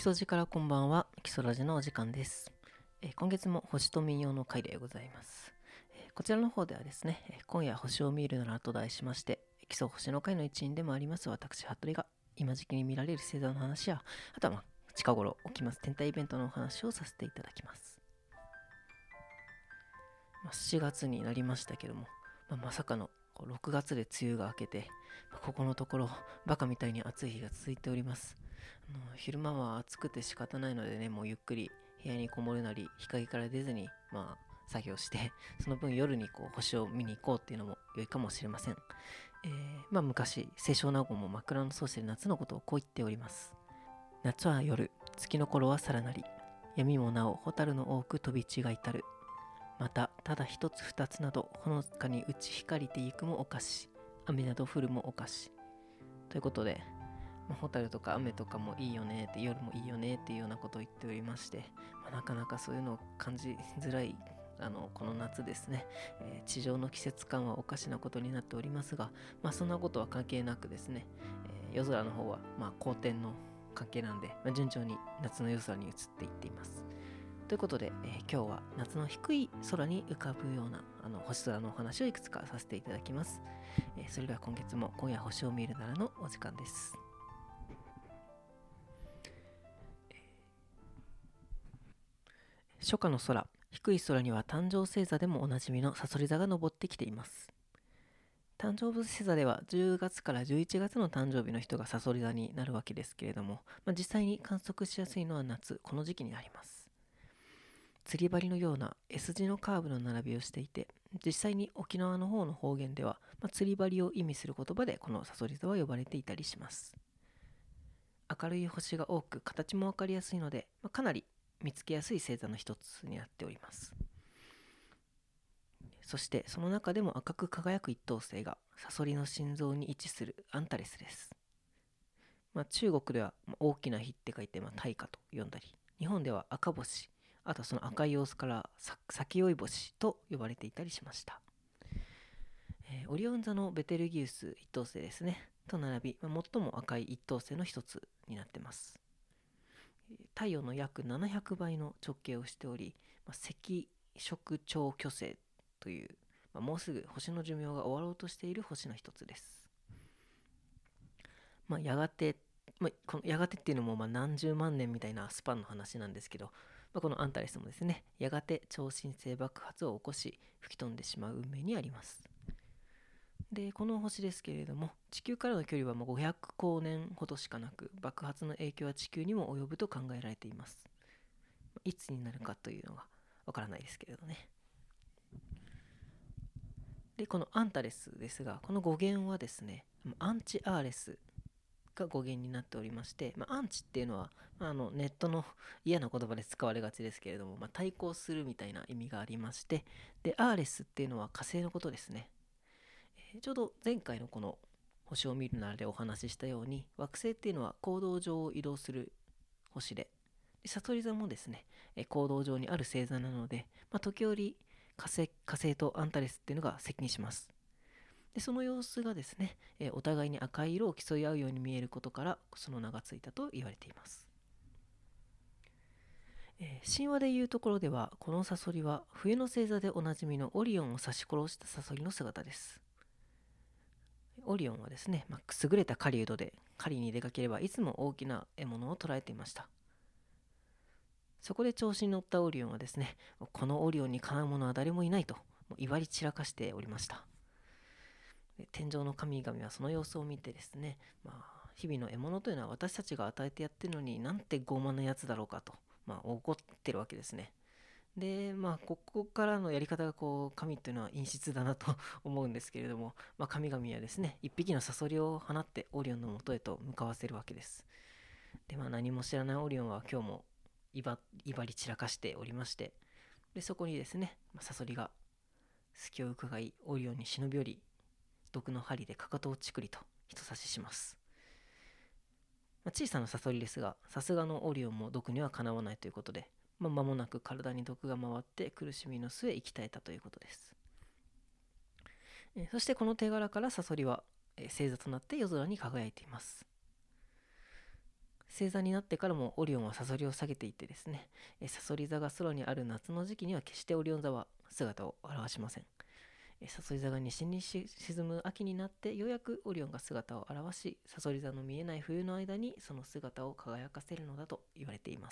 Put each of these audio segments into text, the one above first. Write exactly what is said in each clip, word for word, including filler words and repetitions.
ソジからこんばんは。基礎ラジのお時間です。えー今月も星と民謡の回でございます。えーこちらの方ではですね、えー今夜星を見るならと題しまして、基礎星の会の一員でもあります私、服部が今時期に見られる星座の話や、あとは、まあ、近頃起きます天体イベントのお話をさせていただきます。まあ、しちがつになりましたけども、まあ、まさかのこうろくがつで梅雨が明けて、まあここのところバカみたいに暑い日が続いております。あの昼間は暑くて仕方ないのでね、もうゆっくり部屋にこもるなり日陰から出ずにまあ作業して、その分夜にこう星を見に行こうっていうのも良いかもしれません。えーまあ昔清少納言も枕草子で夏のことをこう言っております。夏は夜、月の頃はさらなり、闇もなお蛍の多く飛び違いたる。またただ一つ二つなどほのかに打ち光りていくもおかし、雨など降るもおかし。ということで、まあ、ホタルとか雨とかもいいよねって、夜もいいよねっていうようなことを言っておりまして、まあ、なかなかそういうのを感じづらいあのこの夏ですね、えー地上の季節感はおかしなことになっておりますが、まあ、そんなことは関係なくですね、えー夜空の方はまあ好天の関係なんで、まあ、順調に夏の夜空に移っていっています。ということで、えー今日は夏の低い空に浮かぶようなあの星空のお話をいくつかさせていただきます。えーそれでは今月も今夜星を見るならのお時間です。初夏の空、低い空には誕生星座でもおなじみのさそり座が昇ってきています。誕生星座ではじゅうがつからじゅういちがつの誕生日の人がさそり座になるわけですけれども、まあ、実際に観測しやすいのは夏、この時期になります。釣り針のような S 字のカーブの並びをしていて、実際に沖縄の方の方言では、まあ、釣り針を意味する言葉でこのさそり座は呼ばれていたりします。明るい星が多く形もわかりやすいので、まあ、かなり見つけやすい星座の一つになっております。そしてその中でも赤く輝く一等星がサソリの心臓に位置するアンタレスです。まあ、中国ではまあ大きな火って書いてまあ大火と呼んだり、日本では赤星、あとはその赤い様子からさ先追い星と呼ばれていたりしました。えーオリオン座のベテルギウス一等星ですねと並び、まあ最も赤い一等星の一つになってます。太陽の約ななひゃくばいの直径をしており、まあ、赤色超巨星という、まあ、もうすぐ星の寿命が終わろうとしている星の一つです。まあ、やがて、まあ、このやがてっていうのもまあ何十万年みたいなスパンの話なんですけど、まあ、このアンタレスもですね、やがて超新星爆発を起こし吹き飛んでしまう運命にあります。でこの星ですけれども、地球からの距離はもうごひゃくこうねんほどしかなく、爆発の影響は地球にも及ぶと考えられています。いつになるかというのがわからないですけれどね。でこのアンタレスですが、この語源はですね、アンチアーレスが語源になっておりまして、まあ、アンチっていうのは、まあ、あのネットの嫌な言葉で使われがちですけれども、まあ、対抗するみたいな意味がありまして、でアーレスっていうのは火星のことですね。えーちょうど前回のこの星を見るならでお話ししたように、惑星っていうのは行動上を移動する星で、さそり座もですね、えー行動上にある星座なので、まあ、時折火星火星とアンタレスっていうのが接近します。でその様子がですね、えーお互いに赤い色を競い合うように見えることからその名がついたと言われています。えー神話でいうところでは、このサソリは冬の星座でおなじみのオリオンを刺し殺したサソリの姿です。オリオンはですね、まあ、優れた狩人で、狩りに出かければいつも大きな獲物を捕らえていました。そこで調子に乗ったオリオンはですね、このオリオンにかなう者は誰もいないともう威張り散らかしておりました。で天上の神々はその様子を見てですね、まあ、日々の獲物というのは私たちが与えてやってるのになんて傲慢なやつだろうかと、まあ、怒ってるわけですね。でまあここからのやり方がこう神というのは陰湿だなと思うんですけれども、まあ、神々はですね一匹のサソリを放ってオリオンのもとへと向かわせるわけです。でまあ何も知らないオリオンは今日も威張威張り散らかしておりまして、でそこにですね、まあ、サソリが隙を伺いオリオンに忍び寄り、毒の針でかかとをチクリと人差しします。まあ、小さなサソリですが、さすがのオリオンも毒にはかなわないということで、まあ、間もなく体に毒が回って苦しみの末生き絶えたということです。えーそしてこの手柄からサソリは、えー星座となって夜空に輝いています。 星座になってからもオリオンはサソリを下げていってですね、サソリ座が空にある夏の時期には決してオリオン座は姿を現しません。サソリ座が西に沈む秋になってようやくオリオンが姿を現し、サソリ座の見えない冬の間にその姿を輝かせるのだと言われています。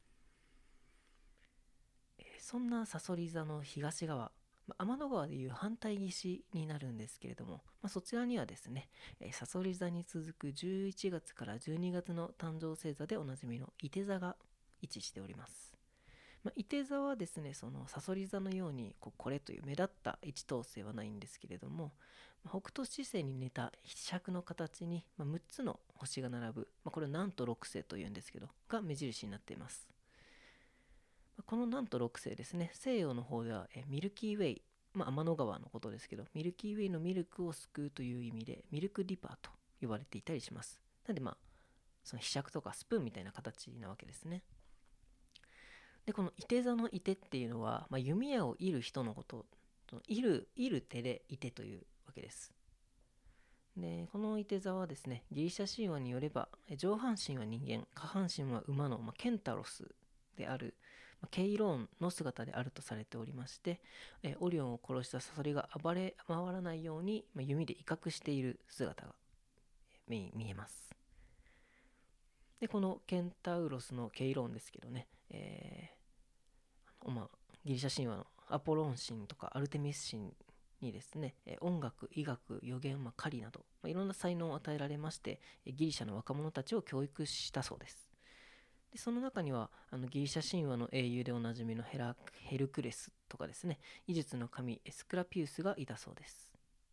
そんなサソリ座の東側、天の川でいう反対岸になるんですけれども、まあ、そちらにはですね、サソリ座に続くじゅういちがつからじゅうにがつの誕生星座でおなじみのいて座が位置しております。まあ、いて座はですね、そのサソリ座のようにこうこれという目立った位置統制はないんですけれども、北斗七星に似たひしゃくの形にむっつの星が並ぶ、まあ、これを南とろく星というんですけど、が目印になっています。この南とろく星ですね、西洋の方ではえミルキーウェイ、まあ、天の川のことですけど、ミルキーウェイのミルクを救うという意味でミルクディパーと呼ばれていたりします。なんでまあそのひしゃくとかスプーンみたいな形なわけですね。でこのいて座のいてっていうのは、まあ、弓矢を射る人のこと、射る射る手でいてというわけです。でこのいて座はですね、ギリシャ神話によれば上半身は人間、下半身は馬の、まあ、ケンタロスである、まあ、ケイローンの姿であるとされておりまして、えオリオンを殺したサソリが暴れ回らないように、まあ、弓で威嚇している姿が見えます。でこのケンタウロスのケイローンですけどね、えーまあ、ギリシャ神話のアポロン神とかアルテミス神にですね、音楽、医学、予言、まあ、狩りなど、まあ、いろんな才能を与えられまして、ギリシャの若者たちを教育したそうです。でその中にはあのギリシャ神話の英雄でおなじみのヘラヘルクレスとかですね、医術の神エスクラピウスがいたそうです。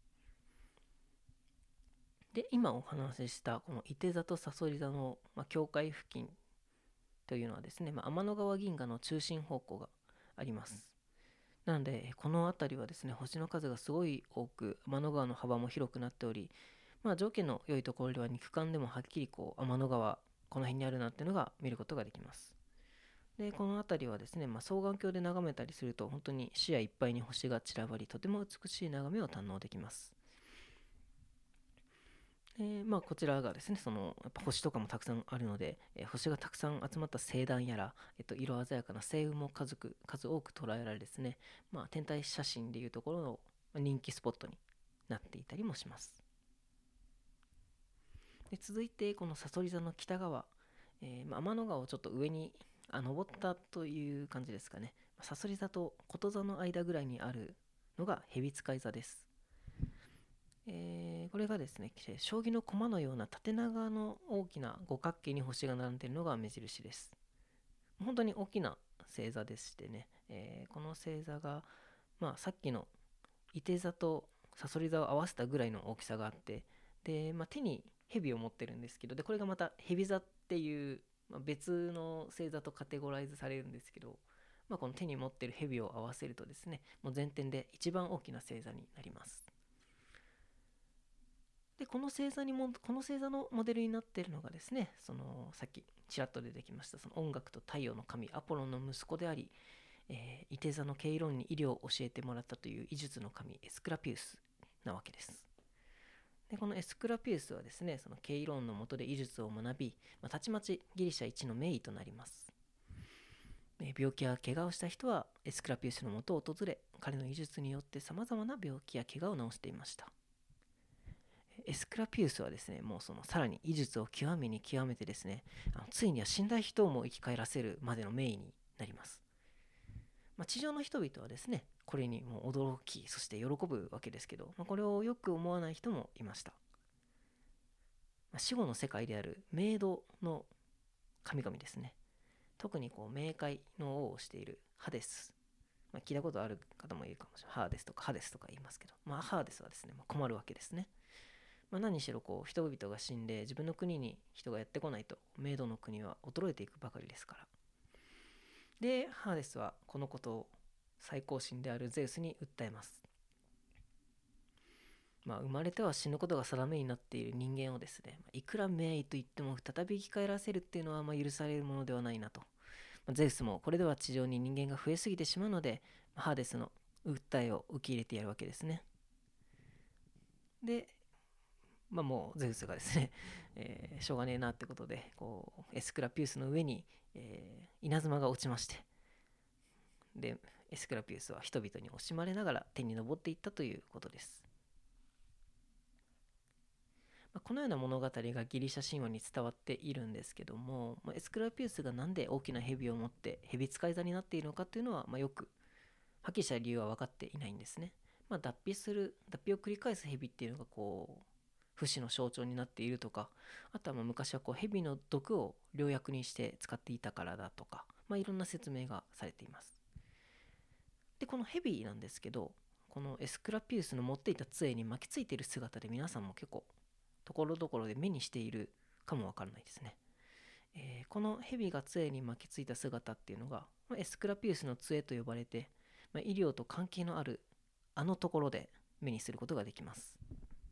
で今お話ししたこのいて座とさそり座の、まあ、境界付近というのはですね、まあ、天の川銀河の中心方向があります。なのでこの辺りはですね、星の数がすごい多く、天の川の幅も広くなっており、まあ、条件の良いところでは肉眼でもはっきりこう天の川この辺にあるなっていうのが見ることができます。でこの辺りはですね、まあ、双眼鏡で眺めたりすると本当に視野いっぱいに星が散らばり、とても美しい眺めを堪能できます。でまあ、こちらがですね、そのやっぱ星とかもたくさんあるので、えー星がたくさん集まった星団やら、えっと、色鮮やかな星雲も数く数多く捉えられですね、まあ、天体写真でいうところの人気スポットになっていたりもします。で続いてこのさそり座の北側、えーまあ、天の川をちょっと上にあ登ったという感じですかね。さそり座とこと座の間ぐらいにあるのが蛇使い座です。えーこれがですね、将棋の駒のような縦長の大きな五角形に星が並んでいるのが目印です。本当に大きな星座でしてね、えーこの星座が、まあ、さっきのいて座とさそり座を合わせたぐらいの大きさがあって、で、まあ、手に蛇を持ってるんですけど、でこれがまた蛇座っていう、まあ、別の星座とカテゴライズされるんですけど、まあ、この手に持ってる蛇を合わせるとですね、もう全点で一番大きな星座になります。でこの星座にもこの星座のモデルになっているのがですね、そのさっきちらっと出てきましたその音楽と太陽の神アポロンの息子であり、えー、いて座のケイロンに医療を教えてもらったという医術の神エスクラピウスなわけです。でこのエスクラピウスはですね、そのケイロンの下で医術を学び、まあ、たちまちギリシャ一の名医となります。病気や怪我をした人はエスクラピウスのもとを訪れ、彼の医術によってさまざまな病気や怪我を治していました。エスクラピウスはですね、もうそのさらに医術を極めに極めてですね、あのついには死んだ人も生き返らせるまでの名医になります。まあ、地上の人々はですね、これにもう驚き、そして喜ぶわけですけど、まあ、これをよく思わない人もいました。まあ、死後の世界である冥土の神々ですね。特にこう冥界の王をしているハデス、まあ、聞いたことある方もいるかもしれない。ハーデスとかハデスとか言いますけど、まあ、ハーデスはですね、まあ、困るわけですね。まあ、何しろこう人々が死んで自分の国に人がやってこないと冥土の国は衰えていくばかりですから。でハーデスはこのことを最高神であるゼウスに訴えます。まあ、生まれては死ぬことが定めになっている人間をですね、いくら名医と言っても再び生き返らせるっていうのはまあ許されるものではないなと。まあ、ゼウスもこれでは地上に人間が増えすぎてしまうので、ハーデスの訴えを受け入れてやるわけですね。でまあもうゼウスがですね、えーしょうがねえなってことで、こうエスクラピウスの上に、えー稲妻が落ちまして、でエスクラピウスは人々に惜しまれながら天に昇っていったということです。まあこのような物語がギリシャ神話に伝わっているんですけども、まあエスクラピウスがなんで大きな蛇を持って蛇使い座になっているのかというのは、まあ、よくはっきりした理由は分かっていないんですね。まあ、脱皮する脱皮を繰り返す蛇っていうのがこう不死の象徴になっているとか、あとはまあ昔はこう蛇の毒を良薬にして使っていたからだとか、まあ、いろんな説明がされています。でこの蛇なんですけど、このエスクラピウスの持っていた杖に巻きついている姿で皆さんも結構ところどころで目にしているかもわからないですね。えーこの蛇が杖に巻きついた姿っていうのが、まあエスクラピウスの杖と呼ばれて、まあ、医療と関係のあるあのところで目にすることができます。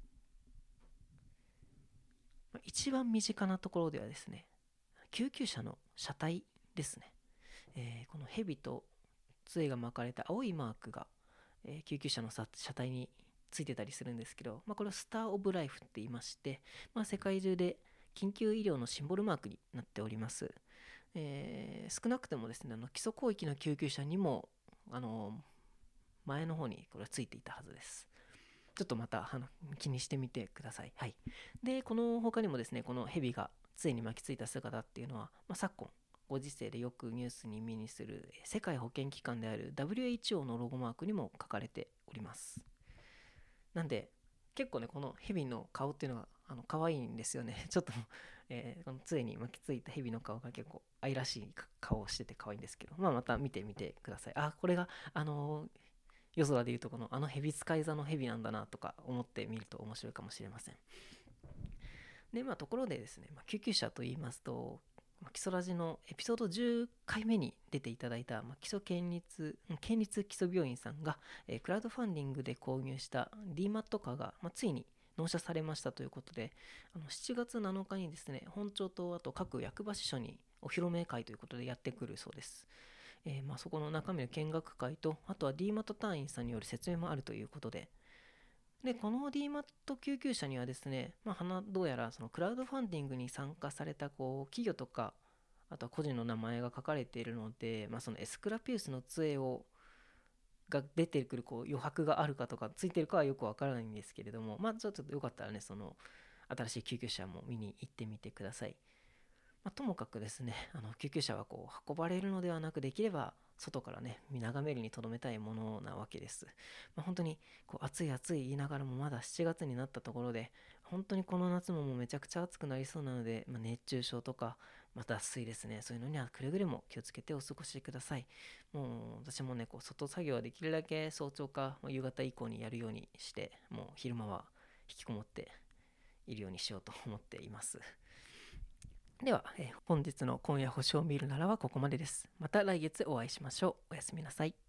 まあ一番身近なところではですね、救急車の車体ですね。えーこの蛇と杖が巻かれた青いマークが、えー救急車の車体についてたりするんですけど、まあ、これはスター・オブ・ライフって言いまして、まあ、世界中で緊急医療のシンボルマークになっております。えー少なくてもですね、あの基礎広域の救急車にもあの前の方にこれはついていたはずです。ちょっとまたあの気にしてみてください。はい。で、この他にもですね、この蛇が杖に巻きついた姿っていうのは、まあ、昨今、ご時世でよくニュースに目にする世界保健機関である ダブリューエイチオー のロゴマークにも書かれております。なんで、結構ね、この蛇の顔っていうのがあの可愛いんですよね。ちょっと、えーこの杖に巻きついた蛇の顔が結構愛らしい顔をしてて可愛いんですけど、まあ、また見てみてください。あ、これが、あのー夜空でいうとこのあの蛇使い座の蛇なんだなとか思ってみると面白いかもしれません。で、まあところでですね、まあ、救急車と言いますと、まあ基礎ラジのエピソードじゅっかいめに出ていただいた、まあ、基礎県立県立基礎病院さんが、えークラウドファンディングで購入した ディーマット カーが、まあ、ついに納車されましたということで、あのしちがつなのかにですね、本庁とあと各役場支所にお披露目会ということでやってくるそうです。えーまあ、そこの中身の見学会と、あとは ディーマット 隊員さんによる説明もあるということで、で、この ディーマット 救急車にはですね、まあ、どうやらそのクラウドファンディングに参加されたこう企業とか、あとは個人の名前が書かれているので、まあ、そのエスクラピウスの杖をが出てくるこう余白があるかとかついてるかはよくわからないんですけれども、まあ、ちょっとよかったらね、その新しい救急車も見に行ってみてください。まあ、ともかくですね、あの救急車はこう運ばれるのではなく、できれば外からね、眺めるにとどめたいものなわけです。まあ、本当にこう暑い暑い言いながらもまだしちがつになったところで、本当にこの夏ももうめちゃくちゃ暑くなりそうなので、まあ、熱中症とか、また脱水ですね、そういうのにはくれぐれも気をつけてお過ごしください。もう私もね、こう外作業はできるだけ早朝か、まあ、夕方以降にやるようにして、もう昼間は引きこもっているようにしようと思っています。では、えー本日の今夜星を見るならはここまでです。また来月お会いしましょう。おやすみなさい。